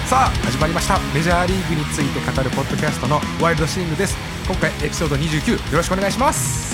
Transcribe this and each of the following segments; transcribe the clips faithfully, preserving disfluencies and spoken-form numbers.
さあ始まりました。メジャーリーグについて語るポッドキャストのワイルドスイングです。今回エピソードにじゅうきゅう、よろしくお願いします。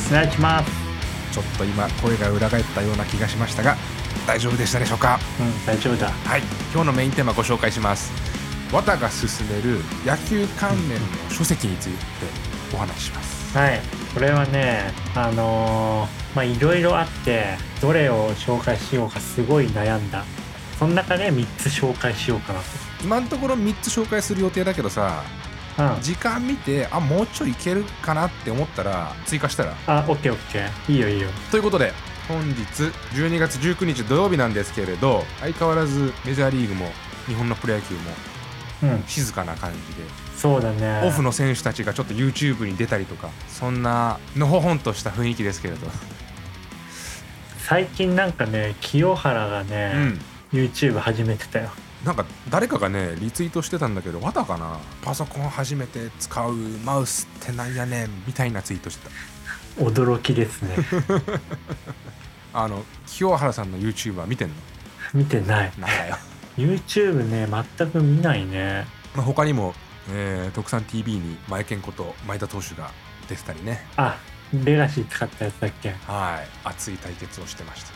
お願いします。 ちょっと今声が裏返ったような気がしましたが大丈夫でしたでしょうか。 うん大丈夫だ。 はい、今日のメインテーマご紹介します。綿が進める野球関連の書籍についてお話しします。 はい、これはねあのー、まあいろいろあってどれを紹介しようかすごい悩んだ。その中でみっつ紹介しようかなと。 今のところみっつ紹介する予定だけどさ、うん、時間見てあもうちょいいけるかなって思ったら追加したら。 あ、オッケーオッケー、いいよいいよ。 ということで本日じゅうにがつじゅうくにち土曜日なんですけれど、相変わらずメジャーリーグも日本のプロ野球も静かな感じで、うん、 そうだね。 オフの選手たちがちょっと YouTube に出たりとか、そんなのほほんとした雰囲気ですけれど、 最近なんかね清原がね、うん、YouTube 始めてたよ。 なんか誰かがねリツイートしてたんだけど、わたかな、パソコン初めて使うマウスってなんやねんみたいなツイートしてた。驚きですね。 あの清原さんの YouTube は見てんの？ 見てない。 なんだよ。 YouTube ね全く見ないね。 まあ、他にも、えー、特産 ティービー に前健こと前田投手が出てたりね。 あ、レガシー使ったやつだっけ。 はい、熱い対決をしてました。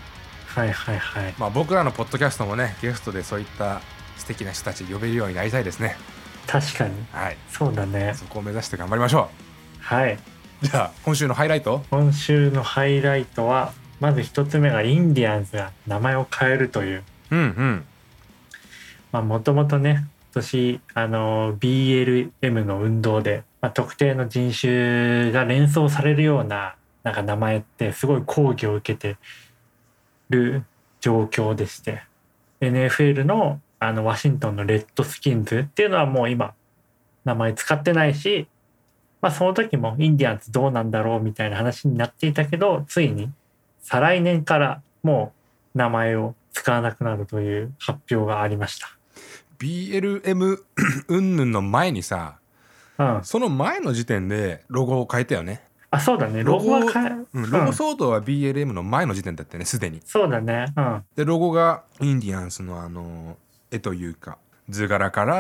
はいはいはい。 まあ僕らのポッドキャストもねゲストでそういった素敵な人たち呼べるようになりたいですね。 確かに、はい、そうだね。 そこを目指して頑張りましょう。はい。 じゃあ今週のハイライト。 今週のハイライトはまず一つ目がインディアンスが名前を変えるという。 うんうん。 まあもともとね今年あの ビーエルエム の運動で、まあ、特定の人種が連想されるようななんか名前ってすごい抗議を受けてる状況でして、 エヌエフエル のあのワシントンのレッドスキンズっていうのはもう今名前使ってないし、まあその時もインディアンスどうなんだろうみたいな話になっていたけど、ついに再来年からもう名前を使わなくなるという発表がありました。 ビーエルエム 云々の前にさ、うん、その前の時点でロゴを変えたよね。 あ、そうだね。ロゴは変え、 うん、ロゴ騒動は ビーエルエム の前の時点だったよね、すでに。 そうだね。うん。 でロゴがインディアンスのあの絵というか図柄から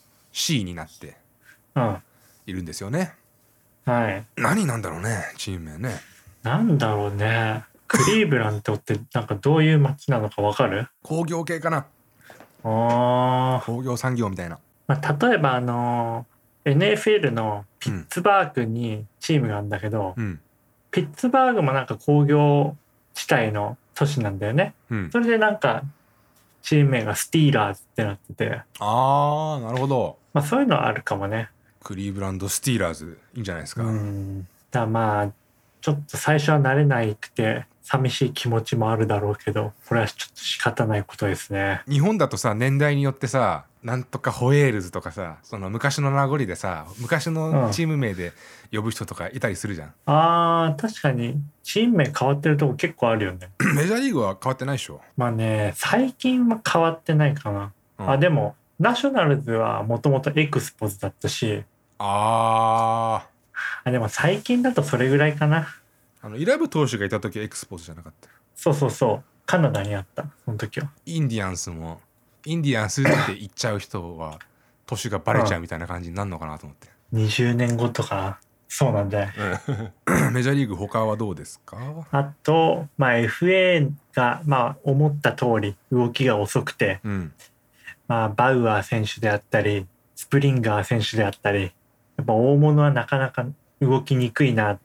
C になっているんですよね。 うん、はい。 何なんだろうね、チーム名ね。 なんだろうね。クリーブランドってなんかどういう街なのかわかる？ 工業系かな。 ああ。 工業産業みたいな。 まあ、例えばあのーエヌエフエル のピッツバーグにチームがあるんだけど、うん、ピッツバーグもなんか工業地帯の都市なんだよね、うん、それでなんかチーム名がスティーラーズってなってて。 ああ、なるほど。 まあそういうのはあるかもね。 クリーブランドスティーラーズいいんじゃないですか。 うん、だまあちょっと最初は慣れないくて寂しい気持ちもあるだろうけど、これはちょっと仕方ないことですね。 日本だとさ、年代によってさ、なんとかホエールズとかさ、その昔の名残でさ、昔のチーム名で呼ぶ人とかいたりするじゃん、うん、 あー確かにチーム名変わってるとこ結構あるよね。 メジャーリーグは変わってないでしょ。 まあね、最近は変わってないかな、うん、あでもナショナルズはもともとエクスポズだったし。 ああでも最近だとそれぐらいかな。 あのイラブ投手がいた時エクスポズじゃなかった？ そうそうそう、カナダにあったその時は。 インディアンスもインディアンスって言っちゃう人は年がバレちゃうみたいな感じになるのかなと思って、 うん、にじゅうねんごとか。そうなんだよ。 メジャーリーグ他はどうですか？ あと、まあ、エフエー が、まあ、思った通り動きが遅くて、うんまあ、バウアー選手であったりスプリンガー選手であったり、やっぱ大物はなかなか動きにくいなって。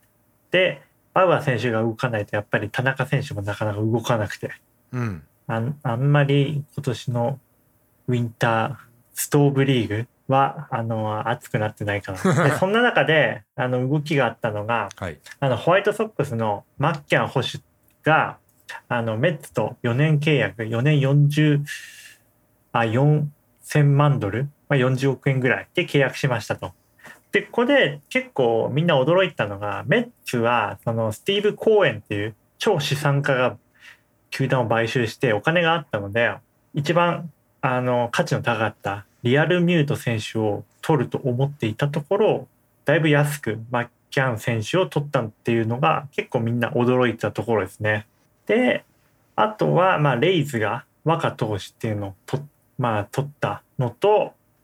バウアー選手が動かないとやっぱり田中選手もなかなか動かなくて、うん、あ, あんまり今年のウィンターストーブリーグはあの熱くなってないかな。でそんな中であの動きがあったのが、はい、あのホワイトソックスのマッキャン捕手があのメッツとよねん契約、よねんよんじゅうあよんせんまんドル、まあ、よんじゅうおくえんぐらいで契約しましたと。でここで結構みんな驚いたのが、メッツはそのスティーブ・コーエンっていう超資産家が球団を買収してお金があったので、一番あの価値の高かったリアルミュート選手を取ると思っていたところ、だいぶ安くマッキャン選手を取ったっていうのが結構みんな驚いたところですね。であとはまあレイズが若投手っていうのをと、まあ、取ったのと、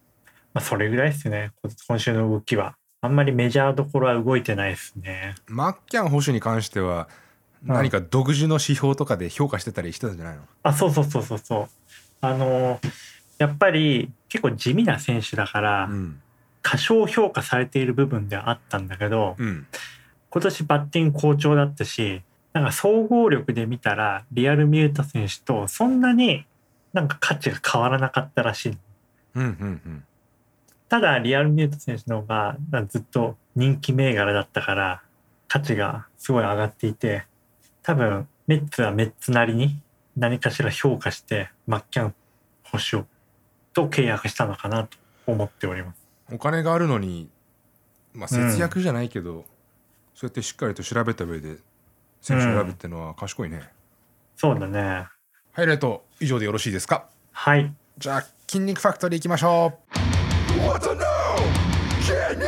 まあそれぐらいですね、今週の動きは。あんまりメジャーどころは動いてないですね。 マッキャン捕手に関しては何か独自の指標とかで評価してたりしてたんじゃないの？ あ、そうそうそうそうそう。あのやっぱり結構地味な選手だから、うん、過小評価されている部分ではあったんだけど、うん、今年バッティング好調だったし、なんか総合力で見たらリアルミュート選手とそんなになんか価値が変わらなかったらしい。 うんうんうん、 ただリアルミュート選手の方がずっと人気銘柄だったから価値がすごい上がっていて、多分メッツはメッツなりに何かしら評価してマッキャン捕手と契約したのかなと思っております。 お金があるのに、まあ、節約じゃないけど、うん、そうやってしっかりと調べた上で選手を選ぶっていうのは賢いね、うん、 そうだね。 ハイライト以上でよろしいですか？ はい。 じゃあ筋肉ファクトリーいきましょう。What to know?筋肉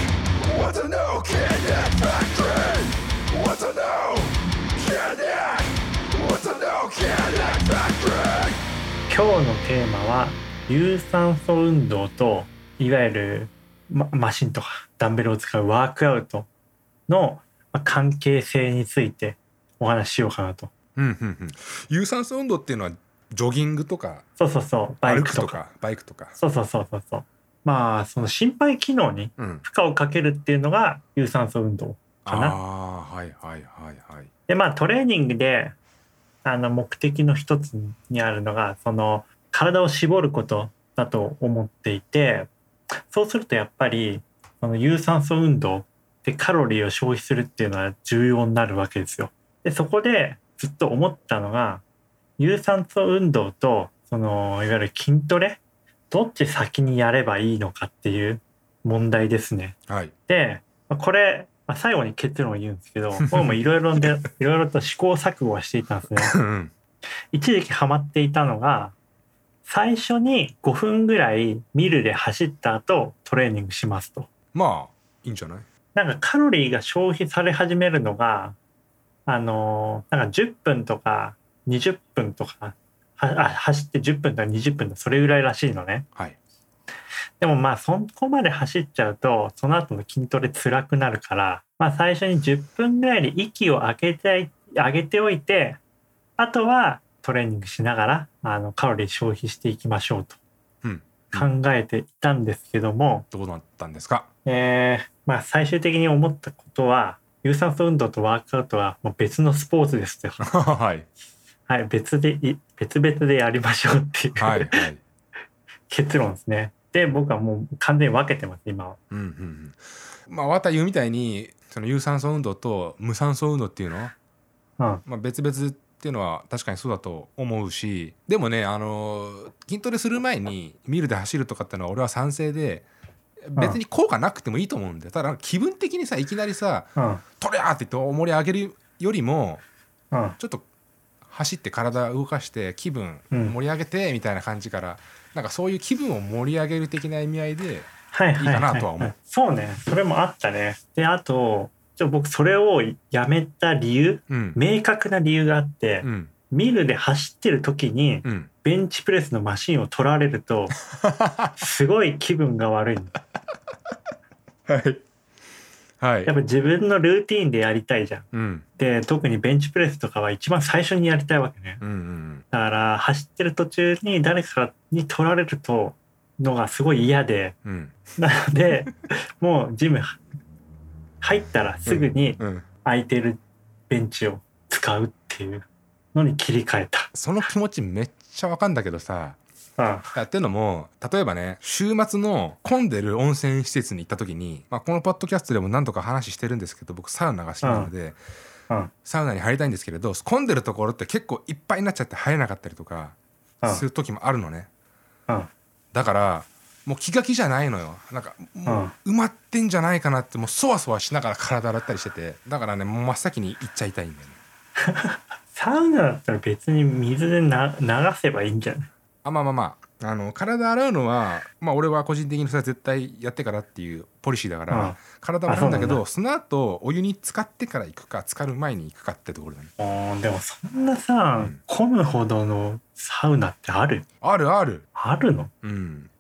What to know? 筋肉ファクトリー What to know? 筋肉 What to know? 筋肉ファクトリー。 今日のテーマは有酸素運動といわゆる、ま、マシンとかダンベルを使うワークアウトの関係性についてお話ししようかなと。 うんうんうん、有酸素運動っていうのはジョギングとか、 そうそうそう、 バイクとか、バイクとか、 そうそうそうそうそう。まあその心肺機能に負荷をかけるっていうのが有酸素運動かな。 ああ、はいはいはいはい。 でまあトレーニングであの目的の一つにあるのがその体を絞ることだと思っていて、そうするとやっぱりその有酸素運動でカロリーを消費するっていうのは重要になるわけですよ。でそこでずっと思ったのが有酸素運動とそのいわゆる筋トレどっち先にやればいいのかっていう問題ですね。 はい、 でこれ最後に結論を言うんですけど僕もいろいろでいろいろと試行錯誤はしていたんですね。一時期ハマっていたのが最初にごふんぐらいミルで走った後トレーニングしますと。 まあいいんじゃない？ なんかカロリーが消費され始めるのがあのなんかじゅっぷんとかにじゅっぷんとかは走ってじゅっぷんとかにじゅっぷんとかそれぐらいらしいのね。 はい。 でもまあそこまで走っちゃうとその後の筋トレ辛くなるから、まあ、最初にじゅっぷんぐらいで息を上げて上げておいてあとはトレーニングしながらあのカロリー消費していきましょうと考えていたんですけども、 うんうん、どうなったんですか？ えーまあ、最終的に思ったことは有酸素運動とワークアウトはもう別のスポーツですよ。 はい、 はい、別で別々でやりましょうっていうはい、はい、結論ですね。で僕はもう完全に分けてます今は。 うんうんうん、まあ綿言うみたいにその有酸素運動と無酸素運動っていうの、うんまあ、別々っていうのは確かにそうだと思うし、でもねあの筋トレする前にミルで走るとかっていうのは俺は賛成で別に効果なくてもいいと思うんだよ。ただ気分的にさいきなりさ「トレア!」って言って盛り上げるよりもちょっと走って体動かして気分盛り上げてみたいな感じから、なんかそういう気分を盛り上げる的な意味合いでいいかなとは思う。 そうね、それもあったね。であとちょ僕それをやめた理由、うん、明確な理由があって、うん、ミルで走ってる時に、うん、ベンチプレスのマシンを取られるとすごい気分が悪いはいはい、 やっぱ自分のルーティーンでやりたいじゃん、うん、で特にベンチプレスとかは一番最初にやりたいわけね、うんうん、だから走ってる途中に誰かに取られるとのがすごい嫌で、うん、なのでもうジム入ったらすぐに空いてるベンチを使うっていうのに切り替えた。 その気持ちめっちゃわかんだけどさ、ああっていうのも例えばね週末の混んでる温泉施設に行った時に、まあ、このポッドキャストでも何度か話してるんですけど僕サウナが好きなので、ああサウナに入りたいんですけれど混んでるところって結構いっぱいになっちゃって入れなかったりとかする時もあるのね。ああだからもう気が気じゃないのよ。なんかもう埋まってんじゃないかなってもうそわそわしながら体洗ったりしてて、だからねもう真っ先に行っちゃいたいんだよねサウナだったら別に水でな流せばいいんじゃない？ あまあまあまああの体洗うのはまあ俺は個人的にそれは絶対やってからっていうポリシーだから、うん、体は洗うんだけど そ, その後お湯に浸かってから行くか浸かる前に行くかってところだね。 あでもそんなさ、うん、混むほどのサウナってある？ あるあるあるの？ うん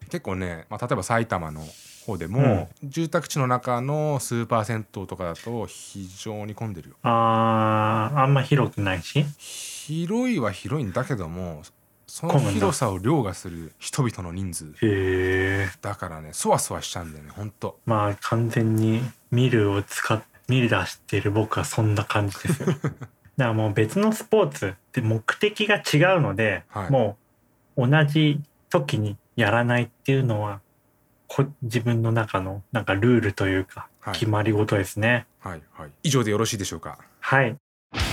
結構ね、まあ、例えば埼玉の方でも、うん、住宅地の中のスーパー銭湯とかだと非常に混んでるよ。 あー、あんま広くないし。 広いは広いんだけども、その広さを凌駕する人々の人数。 へー。 だからね、そわそわしちゃうんだよね、ほんと。 まあ完全にミルを使ってミル出している僕はそんな感じですよ。だからもう別のスポーツって目的が違うので、はい、もう同じ時にやらないっていうのはこ自分の中のなんかルールというか決まり事ですね。 はい、はいはい、以上でよろしいでしょうか。 はい。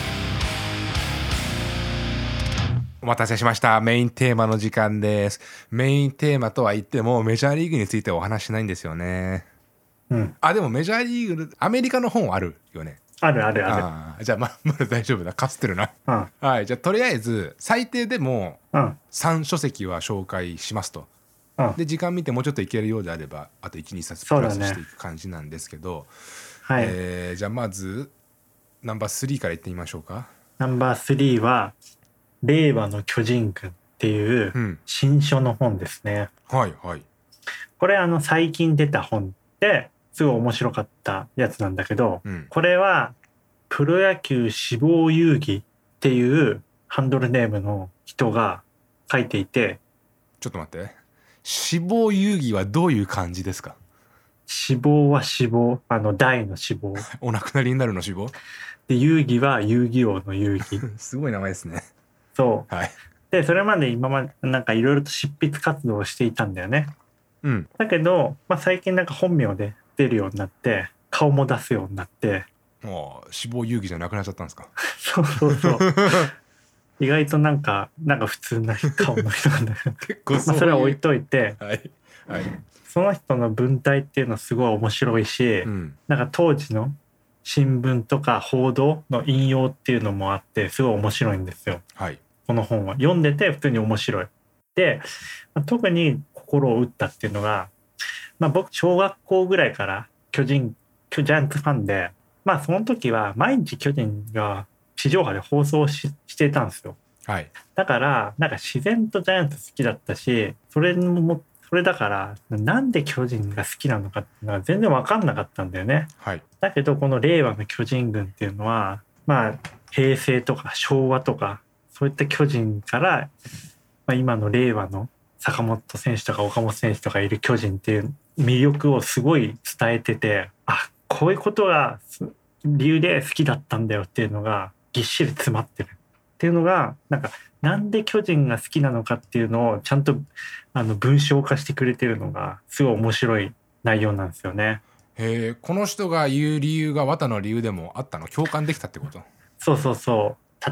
お待たせしました。メインテーマの時間です。メインテーマとは言ってもメジャーリーグについてお話しないんですよね。うん、あ、でもメジャーリーグアメリカの本あるよね。 あるあるある。 あ、じゃあ ま, まだ大丈夫だ、かつてるな。うん、はい、じゃあとりあえず最低でもさん書籍は紹介しますと、うん、で時間見てもうちょっといけるようであればあと いち,に 冊プラスしていく感じなんですけど、はい、えー、じゃあまずナンバースリーからいってみましょうか。 ナンバースリーは令和の巨人軍っていう新書の本ですね。 うん、はいはい。 これあの最近出た本ですごい面白かったやつなんだけど、うん、これはプロ野球志望遊戯っていうハンドルネームの人が書いていて。 ちょっと待って、志望遊戯はどういう感じですか？ 志望は死亡、あの大の死亡お亡くなりになるの死亡で、遊戯は遊戯王の遊戯すごい名前ですね。 そう、 はい、 でそれまで今までなんかいろいろと執筆活動をしていたんだよね。うん、だけど、まあ、最近なんか本名で出るようになって顔も出すようになって。 もう死亡遊戯じゃなくなっちゃったんですか？ そうそうそう意外となんかなんか普通な顔の人なんだけど結構そういう、まあ、それは置いといて、はいはい、その人の文体っていうのはすごい面白いし、うん、なんか当時の新聞とか報道の引用っていうのもあってすごい面白いんですよ、はい、この本は読んでて普通に面白い。で、まあ、特に心を打ったっていうのが、まあ、僕小学校ぐらいから巨人ジャイアンツファンで、まあその時は毎日巨人が地上波で放送 し, していたんですよ、はい、だからなんか自然とジャイアンツ好きだったし、それもそれだからなんで巨人が好きなのかっていうのは全然分かんなかったんだよね、はい、だけどこの令和の巨人軍っていうのはまあ平成とか昭和とかそういった巨人から、まあ、今の令和の坂本選手とか岡本選手とかいる巨人っていう魅力をすごい伝えてて、あ、こういうことが理由で好きだったんだよっていうのがぎっしり詰まってるっていうのが、なんかなんで巨人が好きなのかっていうのをちゃんとあの文章化してくれてるのがすごい面白い内容なんですよね。 へえ、この人が言う理由が綿の理由でもあったの？共感できたってこと？ そうそうそう。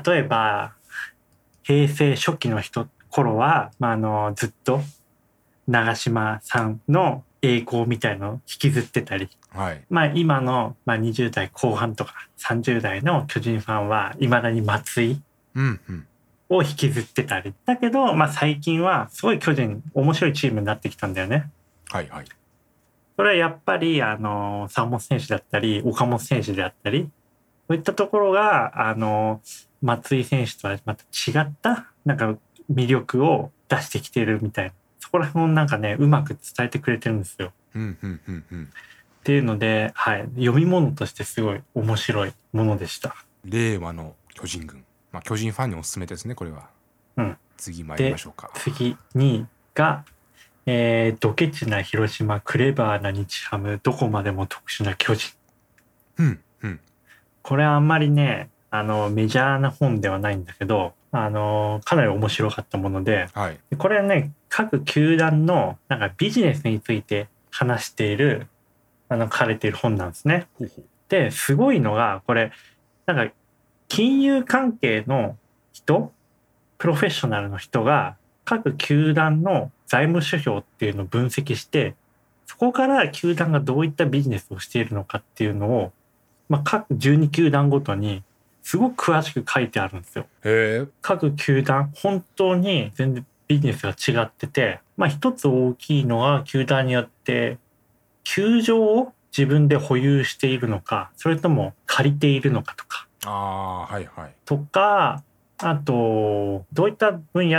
例えば平成初期の人頃は、まあ、あのずっと長嶋さんの栄光みたいのを引きずってたり、はい、まあ今の、まあ、にじゅう代後半とかさんじゅう代の巨人ファンはいまだに松井を引きずってたり、だけど、まあ、最近はすごい巨人面白いチームになってきたんだよね。はいはい。それはやっぱりあの坂本選手だったり岡本選手であったり、そういったところがあの松井選手とはまた違ったなんか魅力を出してきてるみたいな、そこら辺をなんかねうまく伝えてくれてるんですよ。うんうんうんうん。っていうので、はい、読み物としてすごい面白いものでした。 令和の巨人軍、まあ、巨人ファンにおすすめですねこれは。うん。次参りましょうか。 次にいが、えー、ドケチな広島、クレバーな日ハム、どこまでも特殊な巨人。うんうん。これはあんまりねあのメジャーな本ではないんだけど、あのかなり面白かったもので、はい、これはね各球団のなんかビジネスについて話しているあの書かれている本なんですね。ほうほう。ですごいのがこれなんか金融関係の人、プロフェッショナルの人が各球団の財務指標っていうのを分析して、そこから球団がどういったビジネスをしているのかっていうのを、まあ、各じゅうに球団ごとにすごく詳しく書いてあるんですよ。へー。各球団本当に全然ビジネスが違ってて、まあ一つ大きいのは球団によって球場を自分で保有しているのか、それとも借りているのかとか。 ああ、はいはい。 とか、あとどういった分野で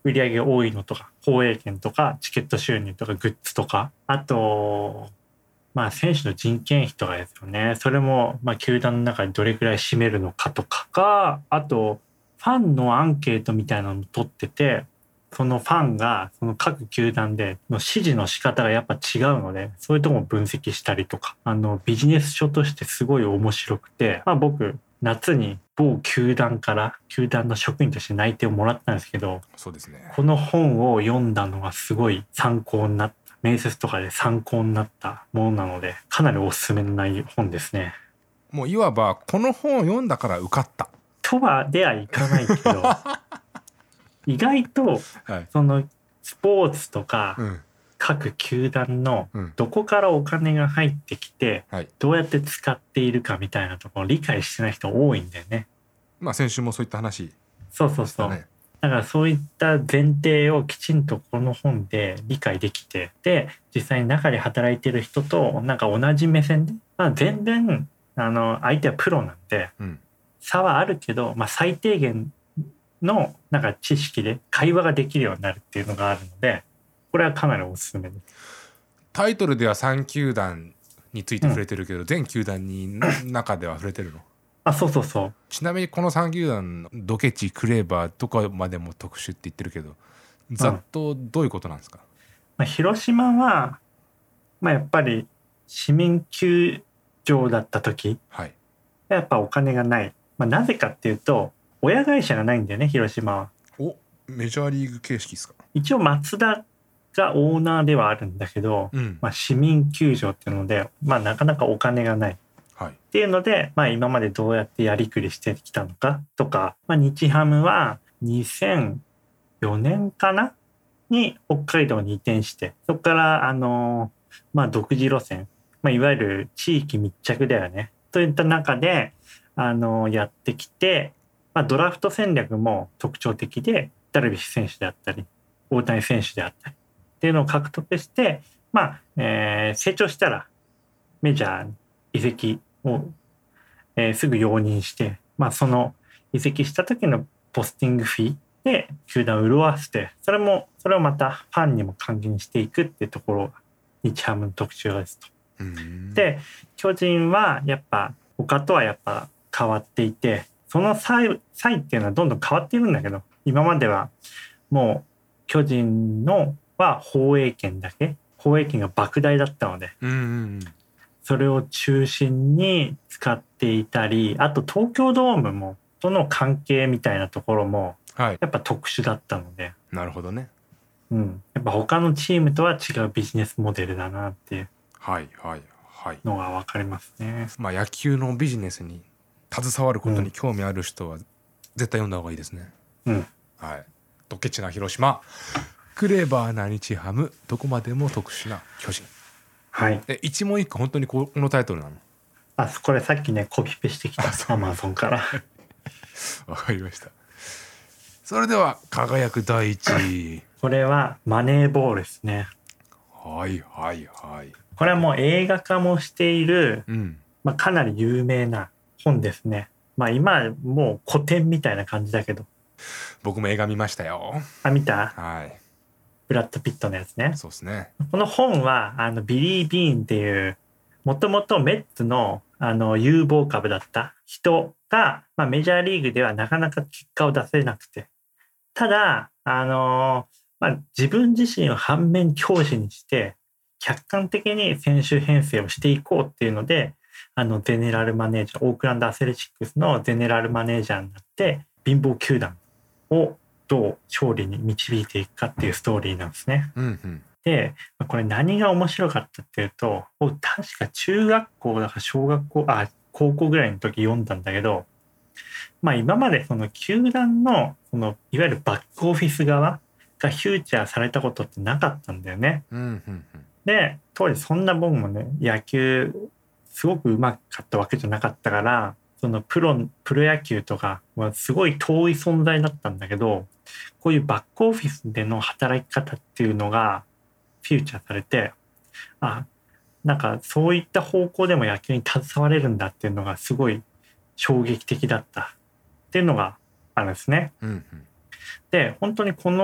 売り上げ多いのとか、放映権とかチケット収入とかグッズとか、あとまあ選手の人件費とかですよね。それもまあ球団の中でどれくらい占めるのかとかが、あとファンのアンケートみたいなのを取ってて、そのファンがその各球団での支持の仕方がやっぱ違うので、そういうところも分析したりとか、あのビジネス書としてすごい面白くて、まあ僕夏に某球団から球団の職員として内定をもらったんですけど、 そうですね。 この本を読んだのがすごい参考になった、面接とかで参考になったものなので、かなりおすすめの内容本ですね。 もういわばこの本を読んだから受かったとはではいかないけど意外と、はい、そのスポーツとか、うん、各球団のどこからお金が入ってきて、うん、どうやって使っているかみたいなところを理解してない人多いんだよね。 まあ先週もそういった話、ね、 そうそうそう。だからそういった前提をきちんとこの本で理解できて、で実際に中で働いてる人となんか同じ目線で、まあ、全然あの相手はプロなんで、うん、差はあるけど、まあ、最低限のなんか知識で会話ができるようになるっていうのがあるので、これはかなりおすすめです。 タイトルではさん球団について触れてるけど、うん、全球団に中では触れてるの？ あ、そうそうそう。 ちなみにこのさん球団のドケチ、クレーバーとかまでも特殊って言ってるけど、ざっとどういうことなんですか？うん、 まあ、広島は、まあ、やっぱり市民球場だった時、はい、やっぱお金がない、まあ、なぜかっていうと親会社がないんだよね、広島は。 お、メジャーリーグ形式ですか？ 一応マツダがオーナーではあるんだけど、うん、まあ、市民球場っていうので、まあ、なかなかお金がない、はい、っていうので、まあ、今までどうやってやりくりしてきたのかとか、まあ、日ハムはにせんよねんかなに北海道に移転して、そこからあの、まあ、独自路線、まあ、いわゆる地域密着だよねといった中であのやってきて、まあ、ドラフト戦略も特徴的で、ダルビッシュ選手であったり大谷選手であったりっていうのを獲得して、まあえー、成長したらメジャー移籍を、えー、すぐ容認して、まあ、その移籍した時のポスティングフィーで球団を潤わせて、それもそれをまたファンにも還元していくっていうところが日ハムの特徴ですと。で巨人はやっぱ他とはやっぱ変わっていて、その際際っていうのはどんどん変わっているんだけど、今まではもう巨人のは放映権だけ、放映権が莫大だったので、うんうんうん、それを中心に使っていたり、あと東京ドームもとの関係みたいなところもやっぱ特殊だったので、はい、 なるほどね、 うん、やっぱ他のチームとは違うビジネスモデルだなっていうのが分かりますね。はいはいはい、 まあ、野球のビジネスに携わることに興味ある人は絶対読んだ方がいいですね。うん、はい。ドケチな広島、クレーバーな日ハム、どこまでも特殊な巨人。はい。で一問一句本当にこのタイトルなの？ あ、これさっきねコピペしてきたアマゾンからわかりました。それでは輝く第一位これはマネーボールですね。 はいはいはい。 これはもう映画化もしている、うん、まあ、かなり有名な本ですね。まあ今もう古典みたいな感じだけど、 僕も映画見ましたよ。 あ、見た？ はい。 ブラッド・ピットのやつね。 そうですね。 この本はあのビリー・ビーンっていうもともとメッツのあの有望株だった人が、まあ、メジャーリーグではなかなか結果を出せなくて、ただあのーまあ、自分自身を反面教師にして客観的に選手編成をしていこうっていうので、あのゼネラルマネージャー、オークランドアスレチックスのゼネラルマネージャーになって貧乏球団をどう勝利に導いていくかっていうストーリーなんですね。うんうん、でこれ何が面白かったっていうと、確か中学校だか小学校あ高校ぐらいの時読んだんだけど、まあ今までその球団のそのいわゆるバックオフィス側がフューチャーされたことってなかったんだよね。うんうんうん、で当時そんな僕もね野球すごくうまかったわけじゃなかったから、そのプロプロ野球とかはすごい遠い存在だったんだけど、こういうバックオフィスでの働き方っていうのがフューチャーされて、あ、なんかそういった方向でも野球に携われるんだっていうのがすごい衝撃的だったっていうのがあるんですね。うんうん、で本当にこの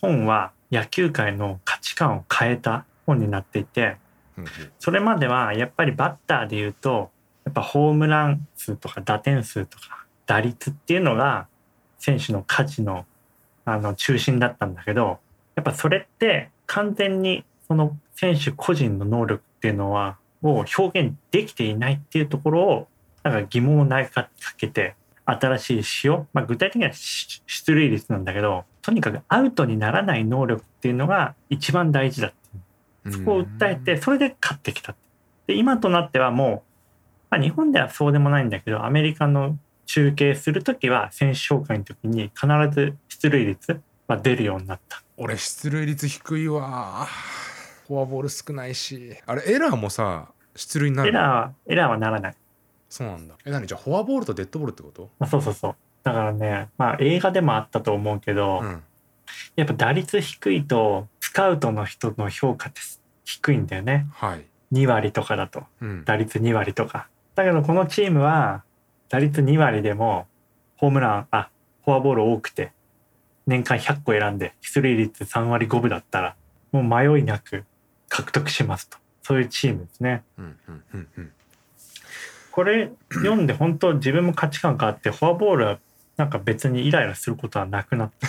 本は野球界の価値観を変えた本になっていて、それまではやっぱりバッターでいうとやっぱホームラン数とか打点数とか打率っていうのが選手の価値のあの中心だったんだけど、やっぱそれって完全にその選手個人の能力っていうのはを表現できていないっていうところをなんか疑問を投げかけて、新しい詩を、まあ、具体的には出塁率なんだけど、とにかくアウトにならない能力っていうのが一番大事だって、そこを訴えてそれで勝ってきた。で今となってはもう、まあ、日本ではそうでもないんだけど、アメリカの中継するときは選手紹介のときに必ず出塁率は出るようになった。 俺出塁率低いわ。フォアボール少ないし、あれエラーもさ出塁になる？ エラーはエラーはならない。 そうなんだ。え、何じゃあフォアボールとデッドボールってこと？ あ、そうそうそう。だからね、まあ映画でもあったと思うけど、うん、やっぱ打率低いとスカウトの人の評価って低いんだよね。 はい。 に割とかだと、 うん、 打率に割とか。だけどこのチームは打率に割でもホームラン、あ、フォアボール多くて年間ひゃっこ選んで出塁率さん割ごぶだったらもう迷いなく獲得しますと。そういうチームですね。 うんうんうんうん。 これ読んで本当自分も価値観変わって、フォアボールはなんか別にイライラすることはなくなった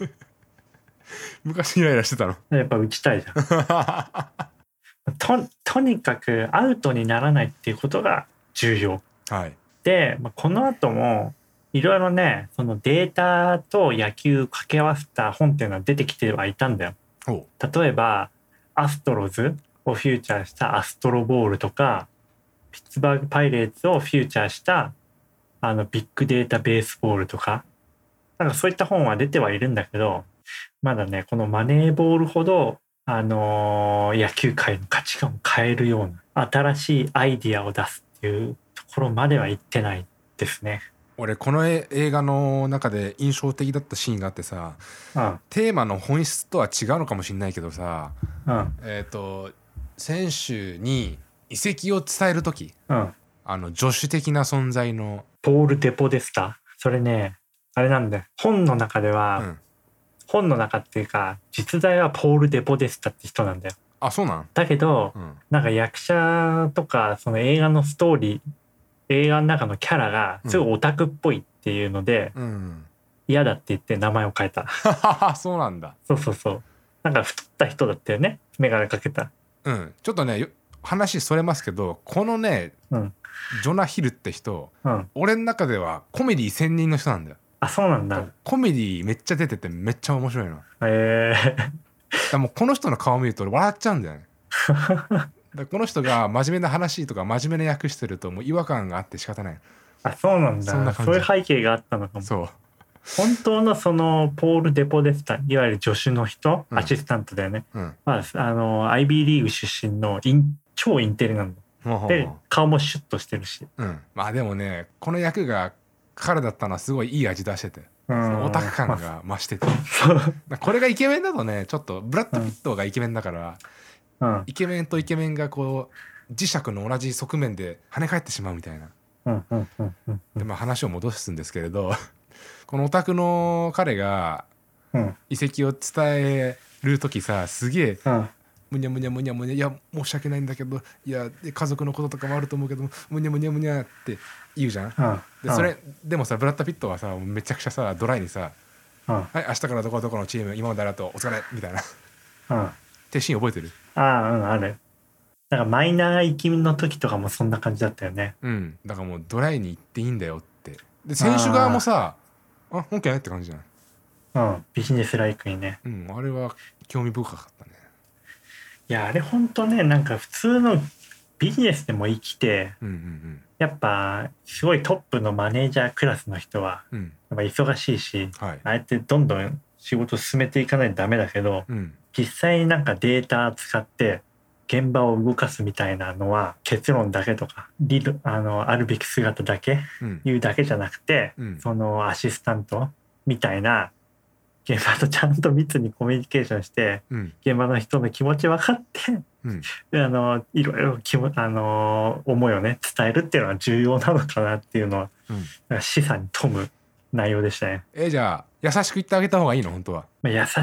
昔イライラしてたの？ やっぱ打ちたいじゃんと, とにかくアウトにならないっていうことが重要、 はい、 で、まあ、この後もいろいろね、そのデータと野球を掛け合わせた本っていうのは出てきてはいたんだよ。例えばアストロズをフューチャーしたアストロボールとか、ピッツバーグパイレーツをフューチャーしたあのビッグデータベースボールとか、なんかそういった本は出てはいるんだけど、まだねこのマネーボールほど、あのー、野球界の価値観を変えるような新しいアイディアを出すっていうところまでは行ってないですね。 俺この映画の中で印象的だったシーンがあってさ、うん、テーマの本質とは違うのかもしれないけどさ、うん、えっと選手に移籍を伝える時、うん、あの助手的な存在のポール・デポデスタ、それねあれなんだよ、本の中では、うん、本の中っていうか実在はポール・デポデスタって人なんだよ。 あ、そうなんだけど、うん、なんか役者とかその映画のストーリー、映画の中のキャラがすごいオタクっぽいっていうので、うん、嫌だって言って名前を変えたそうなんだ。 そうそうそう、なんか太った人だったよね、眼鏡かけた。 うん、ちょっとね話それますけど、このね、うん、ジョナヒルって人、うん、俺の中ではコメディ専任の人なんだよ。 あ、そうなんだ。 コメディめっちゃ出ててめっちゃ面白いの。 へえー、もうこの人の顔見ると笑っちゃうんだよねだこの人が真面目な話とか真面目な役してるともう違和感があって仕方ない。 あ、そうなんだ。 そんな感じ。そういう背景があったのかも。 そう、 本当のそのポール・デポデスタ、いわゆる助手の人、うん、アシスタントだよね、うん、まあ、あの アイビー リーグ出身のイン超インテリなんだ。で顔もシュッとしてるし、 うん、まあでもねこの役が彼だったのはすごいいい味出してて、そのオタク感が増しててこれがイケメンだとねちょっとブラッド・ピットがイケメンだから、うん、イケメンとイケメンがこう磁石の同じ側面で跳ね返ってしまうみたいな、うんうんうんうん、でまあ話を戻すんですけれどこのオタクの彼が移籍を伝える時さ、すげえ、うんむにゃむにゃむにゃむにゃ、いや申し訳ないんだけど、いや家族のこととかもあると思うけどむにゃむにゃむにゃって言うじゃん、うん、でそれ、うん、でもさブラッド・ピットはさめちゃくちゃさドライにさ、うん、はい明日からどこどこのチーム今まであるとお疲れみたいな、うん、ってシーン覚えてる？ ああ、うん、ある。なんかマイナー行きの時とかもそんな感じだったよね。 うん、だからもうドライに行っていいんだよって。で選手側もさあ本気ないって感じじゃない？ うん、ビジネスライクにね。 うん、あれは興味深かったね。 いやあれほんとね、なんか普通のビジネスでも生きて、うんうんうん、やっぱすごいトップのマネージャークラスの人は、うん、やっぱ忙しいし、はい、ああやってどんどん仕事を進めていかないとダメだけど、うん、実際になんかデータ使って現場を動かすみたいなのは結論だけとかリルあのあるべき姿だけ言うだけじゃなくて、うん、そのアシスタントみたいな現場とちゃんと密にコミュニケーションして、うん、現場の人の気持ち分かって、うん、あのいろいろ気もあの思いをね伝えるっていうのは重要なのかなっていうのは、うん、示唆に富む内容でしたね。 えー、じゃあ優しく言ってあげた方がいいの本当は？ まあ、優し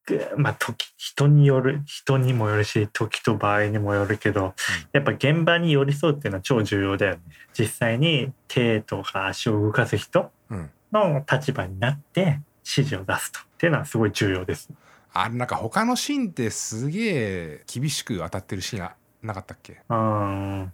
まあ時人による人にもよるし時と場合にもよるけど、うん、やっぱ現場に寄り添うっていうのは超重要だよね。実際に手とか足を動かす人の立場になって指示を出すとっていうのはすごい重要です。 あれなんか他のシーンってすげえ厳しく当たってるシーンがなかったっけ？ うん、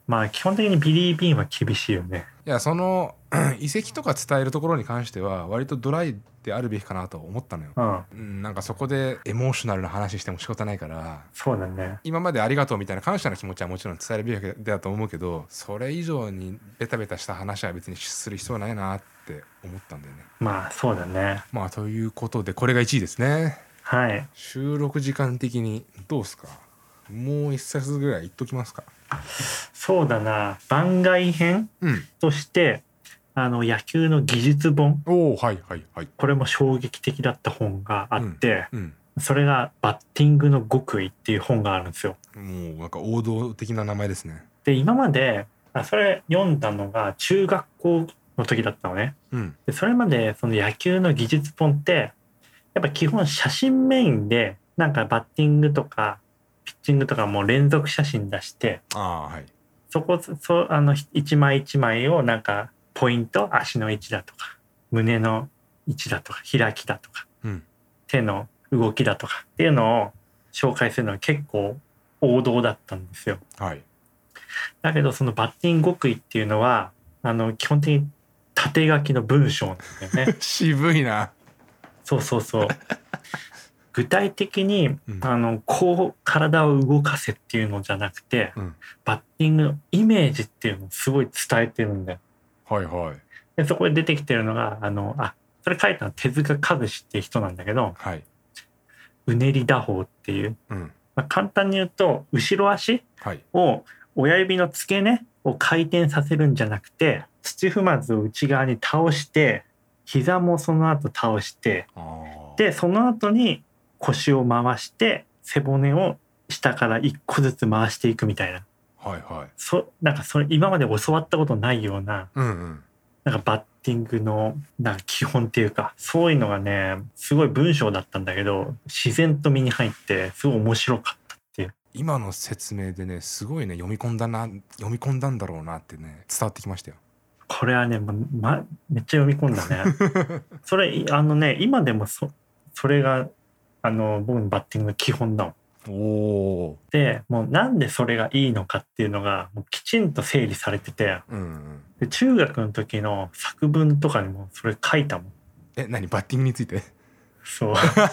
まあ基本的にビリー・ビーンは厳しいよね。 いやその遺跡とか伝えるところに関しては割とドライであるべきかなと思ったのよ、うん、なんかそこでエモーショナルな話しても仕方ないから。 そうだね。 今までありがとうみたいな感謝の気持ちはもちろん伝えるべきだと思うけど、それ以上にベタベタした話は別にする必要はないなって思ったんだよね。 まあそうだね。 まあということでこれがいちいですね。 はい。 収録時間的にどうすか？もう一冊ぐらい言っときますか？ そうだな、番外編、うん、としてあの野球の技術本、 おー、はいはいはい、 これも衝撃的だった本があって、うんうん、それがバッティングの極意っていう本があるんですよ。 もうなんか王道的な名前ですね。 で今まであそれ読んだのが中学校の時だったのね、うん、でそれまでその野球の技術本ってやっぱ基本写真メインでなんかバッティングとかピッチングとかも連続写真出して、 あ、はい、 そこそあの一枚一枚をなんかポイント、足の位置だとか胸の位置だとか開きだとか、うん、手の動きだとかっていうのを紹介するのは結構王道だったんですよ、はい、だけどそのバッティング極意っていうのはあの基本的に縦書きの文章なんだよね。 渋いな。 そうそうそう具体的に、うん、あのこう体を動かせっていうのじゃなくて、うん、バッティングのイメージっていうのをすごい伝えてるんだよ。はいはい。でそこで出てきてるのがあのあそれ書いたのは手塚和志っていう人なんだけど、はい、うねり打法っていう、うんまあ、簡単に言うと後ろ足を親指の付け根を回転させるんじゃなくて土踏まずを内側に倒して膝もその後倒してでその後に腰を回して背骨を下から一個ずつ回していくみたいな、はいはい、そなんかそれ今まで教わったことないような、うんうん、なんかバッティングのなんか基本っていうかそういうのがねすごい文章だったんだけど自然と身に入ってすごい面白かったっていう。 今の説明でねすごいね読み込んだな読み込んだんだろうなってね伝わってきましたよ。 これはね、まま、めっちゃ読み込んだね。それあのね今でも そ, それがあの僕のバッティングの基本だもん。おでもうなんでそれがいいのかっていうのがもうきちんと整理されてて、うんうん、で中学の時の作文とかにもそれ書いたもん。 え、何バッティングについて？ そう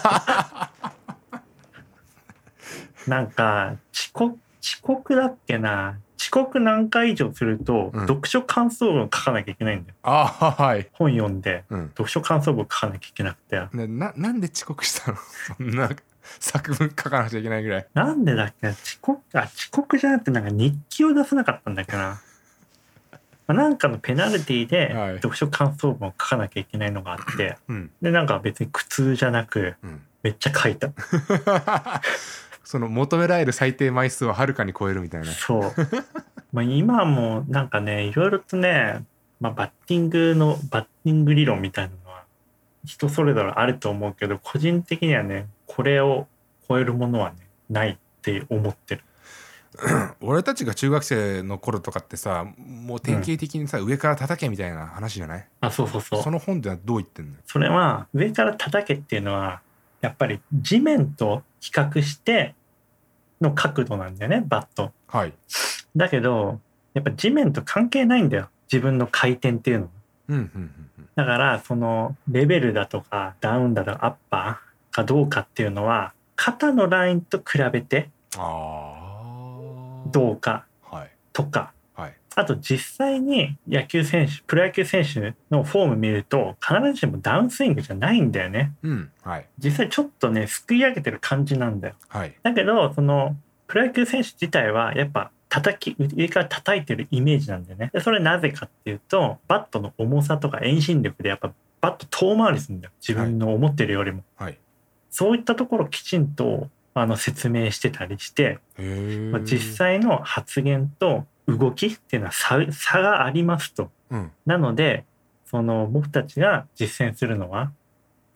なんか遅刻遅刻だっけな遅刻何回以上すると、うん、読書感想文を書かなきゃいけないんだよ。 あ、はい、 本読んで、うん、読書感想文を書かなきゃいけなくて、 ね、な, なんで遅刻したの？そんな作文書かなきゃいけないぐらい。 なんでだっけ？遅刻あ遅刻じゃなくてなんか日記を出さなかったんだっけなまあなんかのペナルティで読書感想文を書かなきゃいけないのがあって、はい、でなんか別に苦痛じゃなく、うん、めっちゃ書いたその求められる最低枚数ははるかに超えるみたいな。 そうまあ今もなんかねいろいろとね、まあ、バッティングのバッティング理論みたいなのは人それぞれあると思うけど個人的にはねこれを超えるものはねないって思ってる俺たちが中学生の頃とかってさもう典型的にさ、うん、上から叩けみたいな話じゃない？ あ、そうそうそう。 その本ではどう言ってんの？ それは上から叩けっていうのはやっぱり地面と比較しての角度なんだよねバット。はい。だけどやっぱ地面と関係ないんだよ自分の回転っていうのは。うんうんうんうん。だからそのレベルだとかダウンだとかアッパーかどうかっていうのは肩のラインと比べてどうかとか、はいはい、あと実際に野球選手プロ野球選手のフォーム見ると必ずしもダウンスイングじゃないんだよね、うんはい、実際ちょっとねすくい上げてる感じなんだよ、はい、だけどそのプロ野球選手自体はやっぱ叩き上から叩いてるイメージなんだよね。でそれなぜかっていうとバットの重さとか遠心力でやっぱバット遠回りするんだよ自分の思ってるよりも、はいはい、そういったところをきちんとあの説明してたりして、まあ、実際の発言と動きっていうのは 差, 差がありますと、うん、なのでその僕たちが実践するのは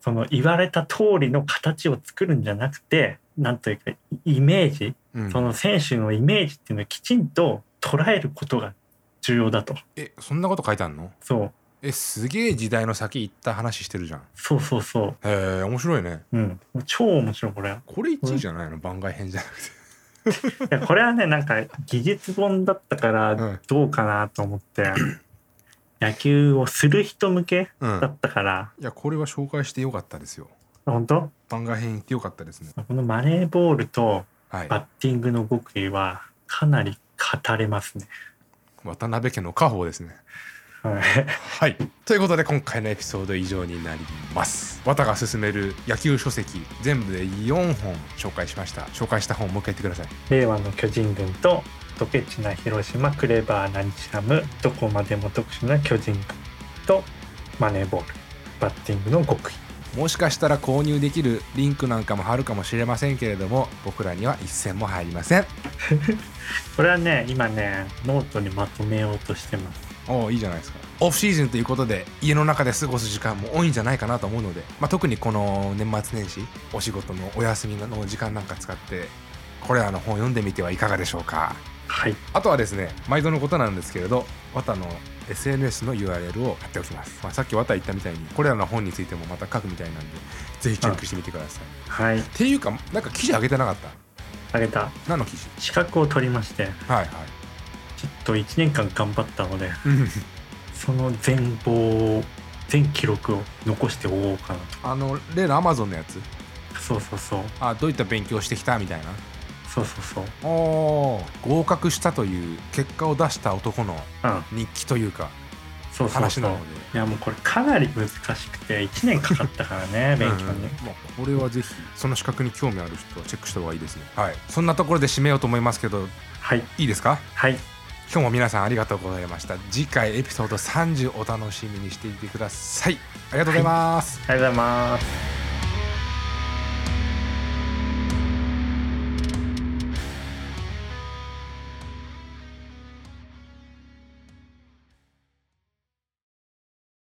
その言われた通りの形を作るんじゃなくて、なんというかイメージ、うん、その選手のイメージっていうのをきちんと捉えることが重要だと。 え、そんなこと書いてあるの？ そう。 え、すげえ時代の先行った話してるじゃん。 そうそうそう。 へえ、面白いね。 うん、超面白いこれ。 これいちいじゃないの？番外編じゃなくて。 いやこれはね、なんか技術本だったからどうかなと思って、うん、野球をする人向けだったから、 うん、いやこれは紹介してよかったですよ。 本当？ 番外編行ってよかったですね。 このマネーボールとバッティングの極意はかなり語れますね。 渡辺家の家宝ですね。 はい、 はい、ということで今回のエピソード以上になります。綿が勧める野球書籍全部でよんほん紹介しました。紹介した本をもう一回言ってください。 令和の巨人軍とドケチな広島、クレバーな日ハム、どこまでも特殊な巨人軍とマネーボール、バッティングの極意。 もしかしたら購入できるリンクなんかも貼るかもしれませんけれども、僕らには一銭も入りません。 これはね、今ねノートにまとめようとしてます。 おお、いいじゃないですか。オフシーズンということで家の中で過ごす時間も多いんじゃないかなと思うので、まあ、特にこの年末年始お仕事のお休みの時間なんか使ってこれらの本を読んでみてはいかがでしょうか。 はい、 あとはですね、毎度のことなんですけれど、綿の エスエヌエス の ユーアールエル を貼っておきます。まあ、さっき綿言ったみたいにこれらの本についてもまた書くみたいなんで、ぜひチェックしてみてください。 はい。 っていうか、なんか記事あげてなかった？ あげた。 何の記事？ 資格を取りまして、 はいはい、 ちょっといちねんかん頑張ったのでその全貌全記録を残しておこうかなと。 あの例の アマゾン のやつ？ そうそうそう。 あ、どういった勉強してきたみたいな。 そうそうそう。 おー、合格したという結果を出した男の日記というか、 うん、 話なので。 いやもうこれかなり難しくていちねんかかったからね勉強に、うん、 まあ、これはぜひその資格に興味ある人はチェックした方がいいですね。はい、そんなところで締めようと思いますけど、 はい、 いいですか？ はい、 今日も皆さんありがとうございました。次回エピソードさんじゅうお楽しみにしていてください。ありがとうございます、 はい、ありがとうございます。